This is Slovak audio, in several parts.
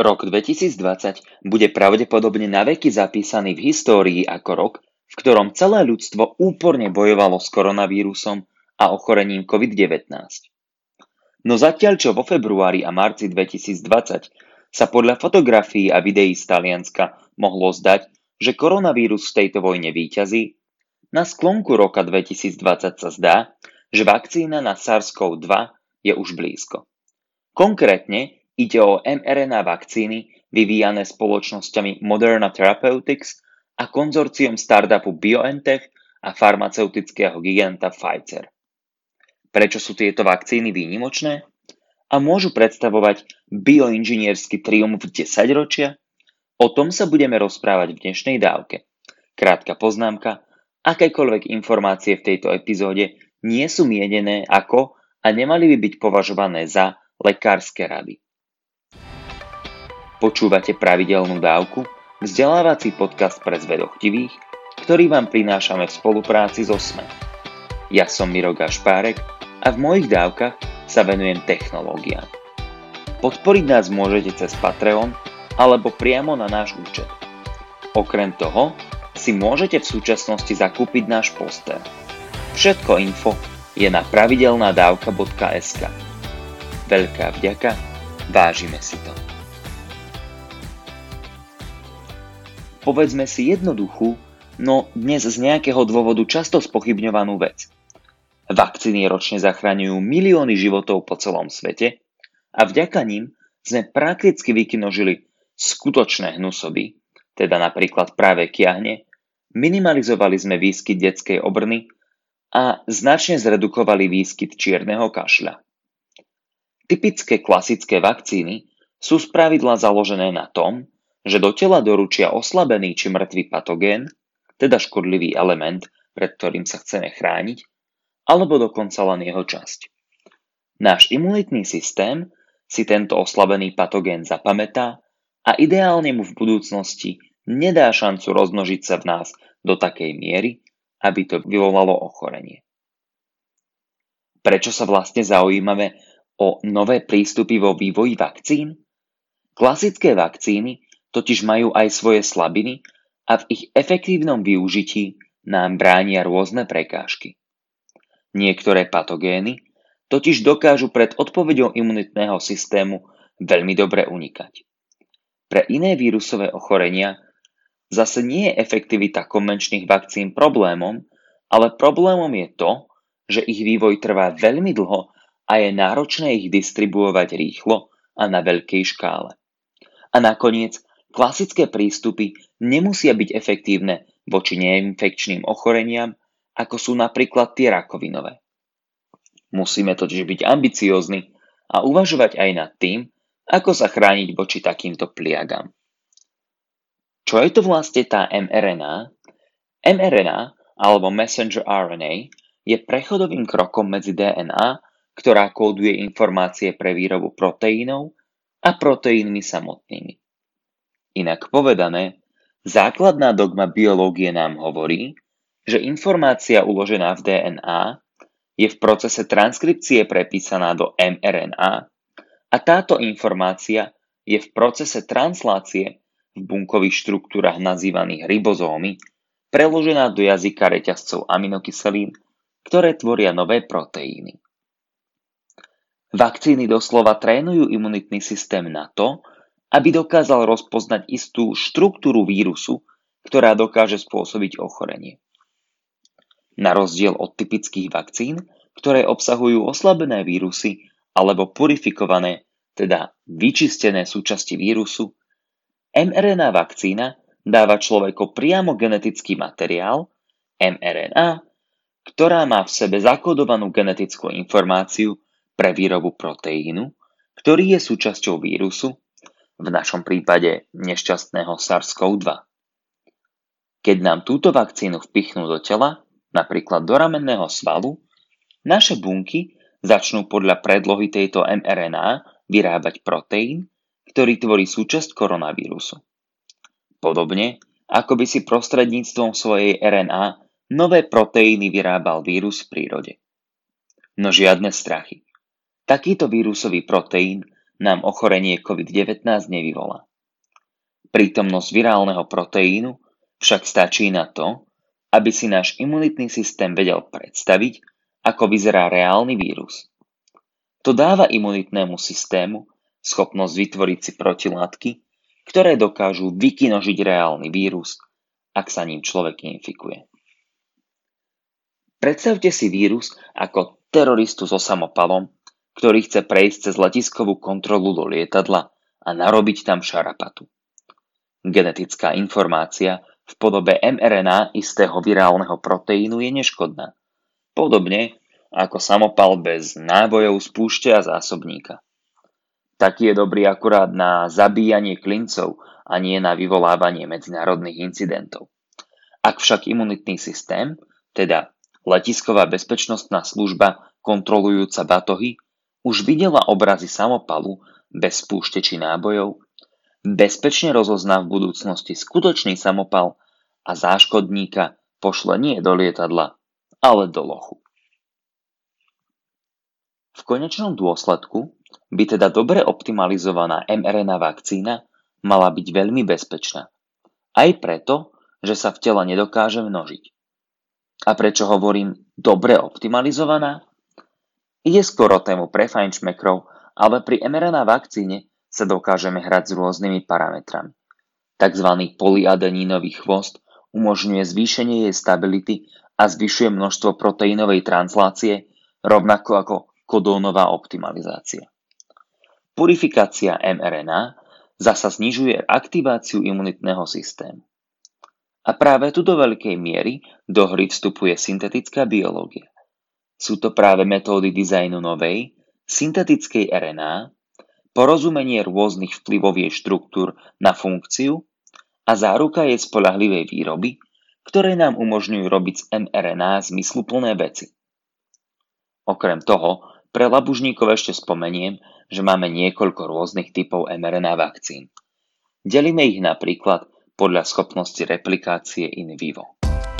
Rok 2020 bude pravdepodobne naveky zapísaný v histórii ako rok, v ktorom celé ľudstvo úporne bojovalo s koronavírusom a ochorením COVID-19. No zatiaľ čo vo februári a marci 2020 sa podľa fotografií a videí z Talianska mohlo zdať, že koronavírus v tejto vojne víťazí, na sklonku roka 2020 sa zdá, že vakcína na SARS-CoV-2 je už blízko. Konkrétne ide o mRNA vakcíny vyvíjané spoločnosťami Moderna Therapeutics a konzorciom startupu BioNTech a farmaceutického giganta Pfizer. Prečo sú tieto vakcíny výnimočné? A môžu predstavovať bioinžiniersky triumf 10 ročia? O tom sa budeme rozprávať v dnešnej dávke. Krátka poznámka, akékoľvek informácie v tejto epizóde nie sú mienené ako a nemali by byť považované za lekárske rady. Počúvate pravidelnú dávku, vzdelávací podcast pre zvedochtivých, ktorý vám prinášame v spolupráci so SME. Ja som Miro Gašpárek a v mojich dávkach sa venujem technológiám. Podporiť nás môžete cez Patreon alebo priamo na náš účet. Okrem toho si môžete v súčasnosti zakúpiť náš poster. Všetko info je na pravidelnadavka.sk. Veľká vďaka, vážime si to. Povedzme si jednoduchú, no dnes z nejakého dôvodu často spochybňovanú vec. Vakcíny ročne zachraňujú milióny životov po celom svete a vďaka ním sme prakticky vykinožili skutočné hnusoby, teda napríklad práve kiahne, minimalizovali sme výskyt detskej obrny a značne zredukovali výskyt čierneho kašľa. Typické klasické vakcíny sú spravidla založené na tom, že do tela doručia oslabený či mŕtvý patogén, teda škodlivý element, pred ktorým sa chceme chrániť, alebo dokonca len jeho časť. Náš imunitný systém si tento oslabený patogén zapamätá a ideálne mu v budúcnosti nedá šancu rozmnožiť sa v nás do takej miery, aby to vyvolalo ochorenie. Prečo sa vlastne zaujímame o nové prístupy vo vývoji vakcín? Klasické vakcíny totiž majú aj svoje slabiny a v ich efektívnom využití nám bránia rôzne prekážky. Niektoré patogény totiž dokážu pred odpoveďou imunitného systému veľmi dobre unikať. Pre iné vírusové ochorenia zase nie je efektivita konvenčných vakcín problémom, ale problémom je to, že ich vývoj trvá veľmi dlho a je náročné ich distribuovať rýchlo a na veľkej škále. A nakoniec, klasické prístupy nemusia byť efektívne voči neinfekčným ochoreniam, ako sú napríklad tie rakovinové. Musíme totiž byť ambiciózni a uvažovať aj nad tým, ako sa chrániť voči takýmto pliagam. Čo je to vlastne tá mRNA? mRNA, alebo messenger RNA, je prechodovým krokom medzi DNA, ktorá kóduje informácie pre výrobu proteínov a proteínmi samotnými. Inak povedané, základná dogma biológie nám hovorí, že informácia uložená v DNA je v procese transkripcie prepísaná do mRNA a táto informácia je v procese translácie v bunkových štruktúrach nazývaných ribozómy preložená do jazyka reťazcov aminokyselín, ktoré tvoria nové proteíny. Vakcíny doslova trénujú imunitný systém na to, aby dokázal rozpoznať istú štruktúru vírusu, ktorá dokáže spôsobiť ochorenie. Na rozdiel od typických vakcín, ktoré obsahujú oslabené vírusy alebo purifikované, teda vyčistené súčasti vírusu, mRNA vakcína dáva človeku priamo genetický materiál, mRNA, ktorá má v sebe zakódovanú genetickú informáciu pre výrobu proteínu, ktorý je súčasťou vírusu, v našom prípade nešťastného SARS-CoV-2. Keď nám túto vakcínu vpichnú do tela, napríklad do ramenného svalu, naše bunky začnú podľa predlohy tejto mRNA vyrábať proteín, ktorý tvorí súčasť koronavírusu. Podobne, ako by si prostredníctvom svojej RNA nové proteíny vyrábal vírus v prírode. No žiadne strachy. Takýto vírusový proteín nám ochorenie COVID-19 nevyvolá. Prítomnosť virálneho proteínu však stačí na to, aby si náš imunitný systém vedel predstaviť, ako vyzerá reálny vírus. To dáva imunitnému systému schopnosť vytvoriť si protilátky, ktoré dokážu vykinožiť reálny vírus, ak sa ním človek infikuje. Predstavte si vírus ako teroristu so samopalom, ktorý chce prejsť cez letiskovú kontrolu do lietadla a narobiť tam šarapatu. Genetická informácia v podobe mRNA istého virálneho proteínu je neškodná. Podobne ako samopal bez nábojov z púšte a zásobníka. Taký je dobrý akurát na zabíjanie klincov a nie na vyvolávanie medzinárodných incidentov. Ak však imunitný systém, teda letisková bezpečnostná služba kontrolujúca batohy, už videla obrazy samopalu bez púšte či nábojov, bezpečne rozozná v budúcnosti skutočný samopal a záškodníka pošle nie do lietadla, ale do lochu. V konečnom dôsledku by teda dobre optimalizovaná mRNA vakcína mala byť veľmi bezpečná. Aj preto, že sa v tele nedokáže množiť. A prečo hovorím dobre optimalizovaná? Ide skoro tému pre fajnšmekrov, ale pri mRNA vakcíne sa dokážeme hrať s rôznymi parametrami. Takzvaný polyadenínový chvost umožňuje zvýšenie jej stability a zvyšuje množstvo proteínovej translácie, rovnako ako kodónová optimalizácia. Purifikácia mRNA zasa znižuje aktiváciu imunitného systému. A práve tu do veľkej miery do hry vstupuje syntetická biológia. Sú to práve metódy dizajnu novej, syntetickej RNA, porozumenie rôznych vplyvov jej štruktúr na funkciu a záruka jej spoľahlivej výroby, ktoré nám umožňujú robiť z mRNA zmysluplné veci. Okrem toho, pre labužníkov ešte spomeniem, že máme niekoľko rôznych typov mRNA vakcín. Delíme ich napríklad podľa schopnosti replikácie in vivo.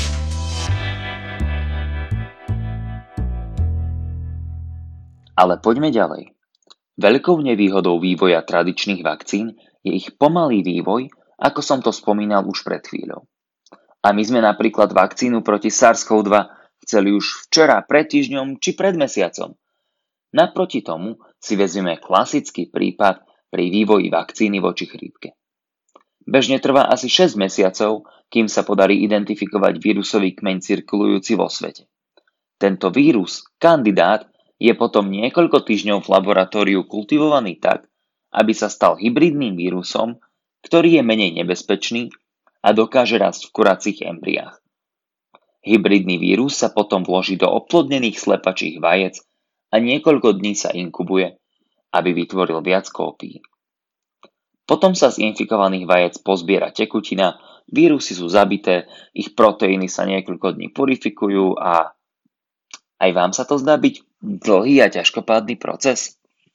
Ale poďme ďalej. Veľkou nevýhodou vývoja tradičných vakcín je ich pomalý vývoj, ako som to spomínal už pred chvíľou. A my sme napríklad vakcínu proti SARS-CoV-2 chceli už včera, pred týždňom či pred mesiacom. Naproti tomu si vezmeme klasický prípad pri vývoji vakcíny voči chrípke. Bežne trvá asi 6 mesiacov, kým sa podarí identifikovať vírusový kmeň cirkulujúci vo svete. Tento vírus, kandidát, je potom niekoľko týždňov v laboratóriu kultivovaný tak, aby sa stal hybridným vírusom, ktorý je menej nebezpečný a dokáže rásť v kuracích embryách. Hybridný vírus sa potom vloží do oplodnených slepačích vajec a niekoľko dní sa inkubuje, aby vytvoril viac kópií. Potom sa z infikovaných vajec pozbiera tekutina, vírusy sú zabité, ich proteíny sa niekoľko dní purifikujú a aj vám sa to zdá byť dlhý a ťažkopádny proces?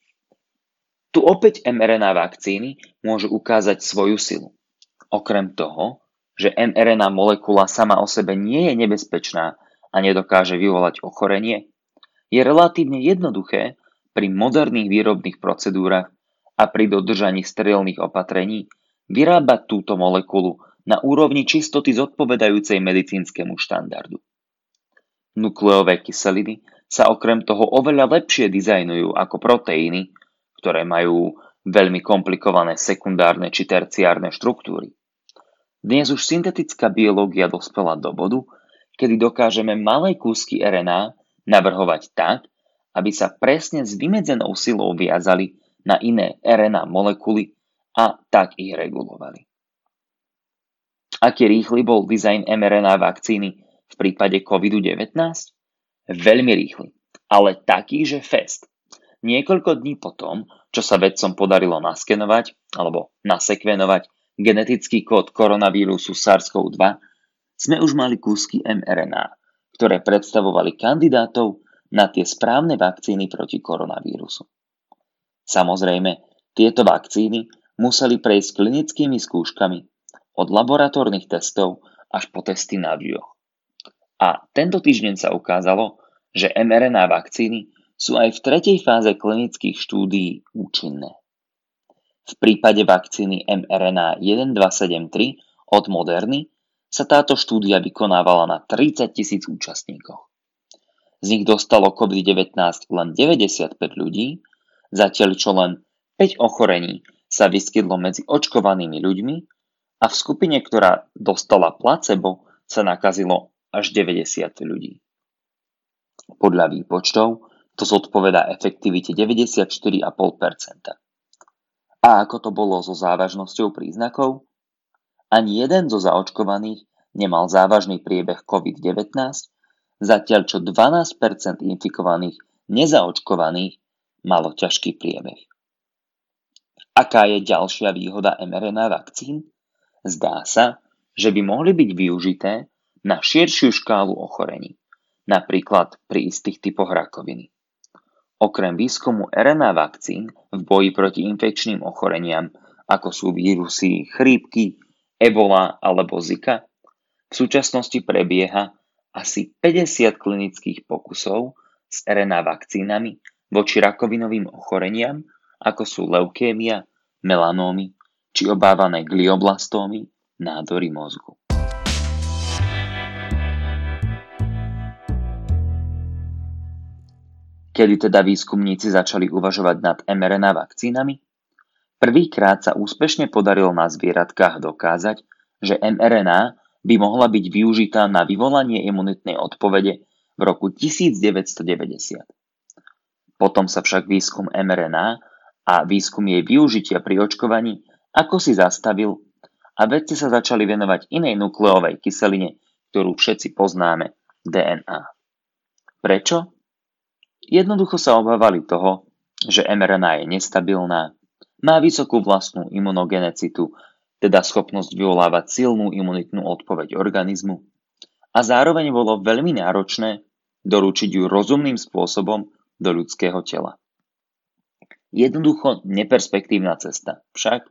Tu opäť mRNA vakcíny môžu ukázať svoju silu. Okrem toho, že mRNA molekula sama o sebe nie je nebezpečná a nedokáže vyvolať ochorenie, je relatívne jednoduché pri moderných výrobných procedúrach a pri dodržaní sterilných opatrení vyrábať túto molekulu na úrovni čistoty zodpovedajúcej medicínskemu štandardu. Nukleové kyseliny sa okrem toho oveľa lepšie dizajnujú ako proteíny, ktoré majú veľmi komplikované sekundárne či terciárne štruktúry. Dnes už syntetická biológia dospela do bodu, kedy dokážeme malé kúsky RNA navrhovať tak, aby sa presne s vymedzenou silou viazali na iné RNA molekuly a tak ich regulovali. Aký rýchly bol dizajn mRNA vakcíny v prípade COVID-19? Veľmi rýchly, ale taký, že fest. Niekoľko dní potom, čo sa vedcom podarilo naskenovať alebo nasekvenovať genetický kód koronavírusu SARS-CoV-2, sme už mali kúsky mRNA, ktoré predstavovali kandidátov na tie správne vakcíny proti koronavírusu. Samozrejme, tieto vakcíny museli prejsť klinickými skúškami od laboratórnych testov až po testy na ľuďoch. A tento týždeň sa ukázalo, že mRNA vakcíny sú aj v tretej fáze klinických štúdií účinné. V prípade vakcíny mRNA 1273 od Moderny sa táto štúdia vykonávala na 30 000 účastníkoch. Z nich dostalo COVID-19 len 95 ľudí, zatiaľ čo len 5 ochorení sa vyskytlo medzi očkovanými ľuďmi a v skupine, ktorá dostala placebo, sa nakazilo až 90 ľudí. Podľa výpočtov to zodpovedá efektivite 94,5%. A ako to bolo so závažnosťou príznakov? Ani jeden zo zaočkovaných nemal závažný priebeh COVID-19, zatiaľ čo 12% infikovaných nezaočkovaných malo ťažký priebeh. Aká je ďalšia výhoda mRNA vakcín? Zdá sa, že by mohli byť využité na širšiu škálu ochorení, napríklad pri istých typoch rakoviny. Okrem výskumu RNA vakcín v boji proti infekčným ochoreniam, ako sú vírusy, chrípky, ebola alebo Zika, v súčasnosti prebieha asi 50 klinických pokusov s RNA vakcínami voči rakovinovým ochoreniam, ako sú leukémia, melanómy či obávané glioblastómy, nádory mozgu. Kedy teda výskumníci začali uvažovať nad mRNA vakcínami? Prvýkrát sa úspešne podarilo na zvieratkách dokázať, že mRNA by mohla byť využitá na vyvolanie imunitnej odpovede v roku 1990. Potom sa však výskum mRNA a výskum jej využitia pri očkovaní ako si zastavil a vedci sa začali venovať inej nukleovej kyseline, ktorú všetci poznáme, DNA. Prečo? Jednoducho sa obávali toho, že mRNA je nestabilná, má vysokú vlastnú imunogenecitu, teda schopnosť vyvolávať silnú imunitnú odpoveď organizmu a zároveň bolo veľmi náročné doručiť ju rozumným spôsobom do ľudského tela. Jednoducho neperspektívna cesta, však?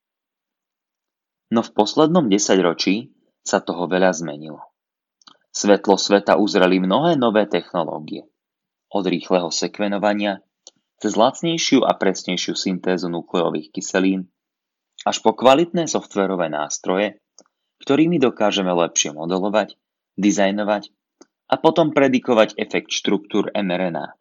No v poslednom 10-ročí sa toho veľa zmenilo. Svetlo sveta uzreli mnohé nové technológie. Od rýchleho sekvenovania cez lacnejšiu a presnejšiu syntézu nukleových kyselín až po kvalitné softverové nástroje, ktorými dokážeme lepšie modelovať, dizajnovať a potom predikovať efekt štruktúr mRNA.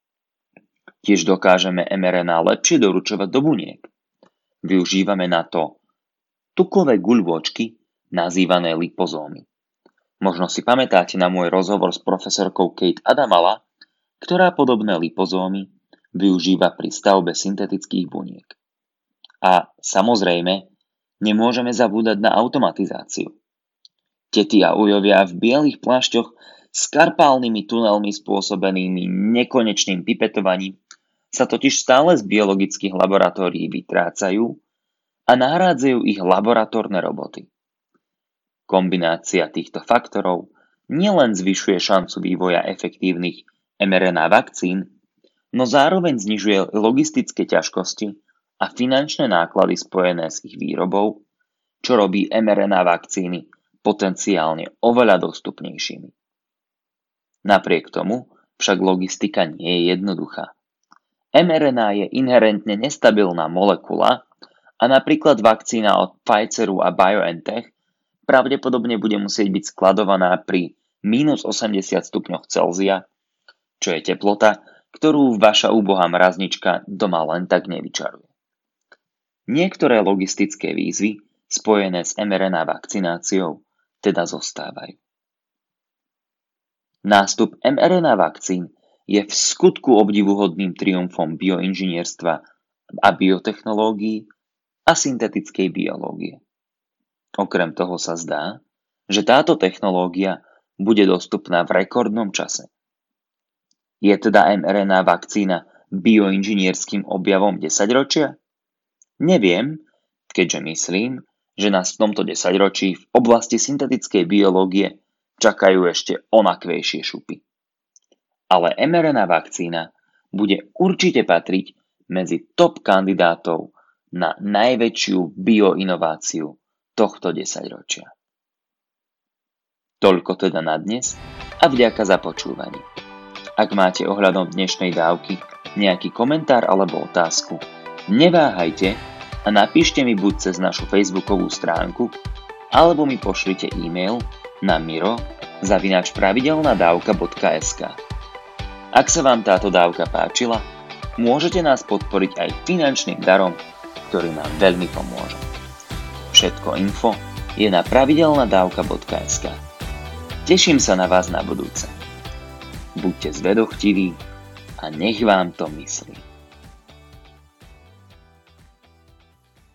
Tiež dokážeme mRNA lepšie doručovať do buniek. Využívame na to tukové guľôčky, nazývané lipozómy. Možno si pamätáte na môj rozhovor s profesorkou Kate Adamala, ktorá podobné lipozómy využíva pri stavbe syntetických buniek. A samozrejme, nemôžeme zabúdať na automatizáciu. Tety a ujovia v bielých plášťoch s karpálnymi tunelmi spôsobenými nekonečným pipetovaním sa totiž stále z biologických laboratórií vytrácajú a nahrádzajú ich laboratórne roboty. Kombinácia týchto faktorov nielen zvyšuje šancu vývoja efektívnych mRNA vakcín, no zároveň znižuje logistické ťažkosti a finančné náklady spojené s ich výrobou, čo robí mRNA vakcíny potenciálne oveľa dostupnejšími. Napriek tomu však logistika nie je jednoduchá. mRNA je inherentne nestabilná molekula a napríklad vakcína od Pfizeru a BioNTech pravdepodobne bude musieť byť skladovaná pri -80 stupňoch Celzia, čo je teplota, ktorú vaša úbohá mraznička doma len tak nevyčaruje. Niektoré logistické výzvy spojené s mRNA vakcináciou teda zostávajú. Nástup mRNA vakcín je v skutku obdivuhodným triumfom bioinžinierstva a biotechnológií a syntetickej biológie. Okrem toho sa zdá, že táto technológia bude dostupná v rekordnom čase. Je teda mRNA vakcína bioinžinierským objavom 10-ročia? Neviem, keďže myslím, že nás v tomto 10-ročí v oblasti syntetickej biológie čakajú ešte onakvejšie šupy. Ale mRNA vakcína bude určite patriť medzi top kandidátov na najväčšiu bioinováciu tohto 10-ročia. Toľko teda na dnes a vďaka za počúvanie. Ak máte ohľadom dnešnej dávky nejaký komentár alebo otázku, neváhajte a napíšte mi buď cez našu facebookovú stránku, alebo mi pošlite e-mail na miro@pravidelnadavka.sk. Ak sa vám táto dávka páčila, môžete nás podporiť aj finančným darom, ktorý nám veľmi pomôže. Všetko info je na pravidelnadavka.sk. Teším sa na vás na budúce. Buďte zvedochtiví a nech vám to myslí.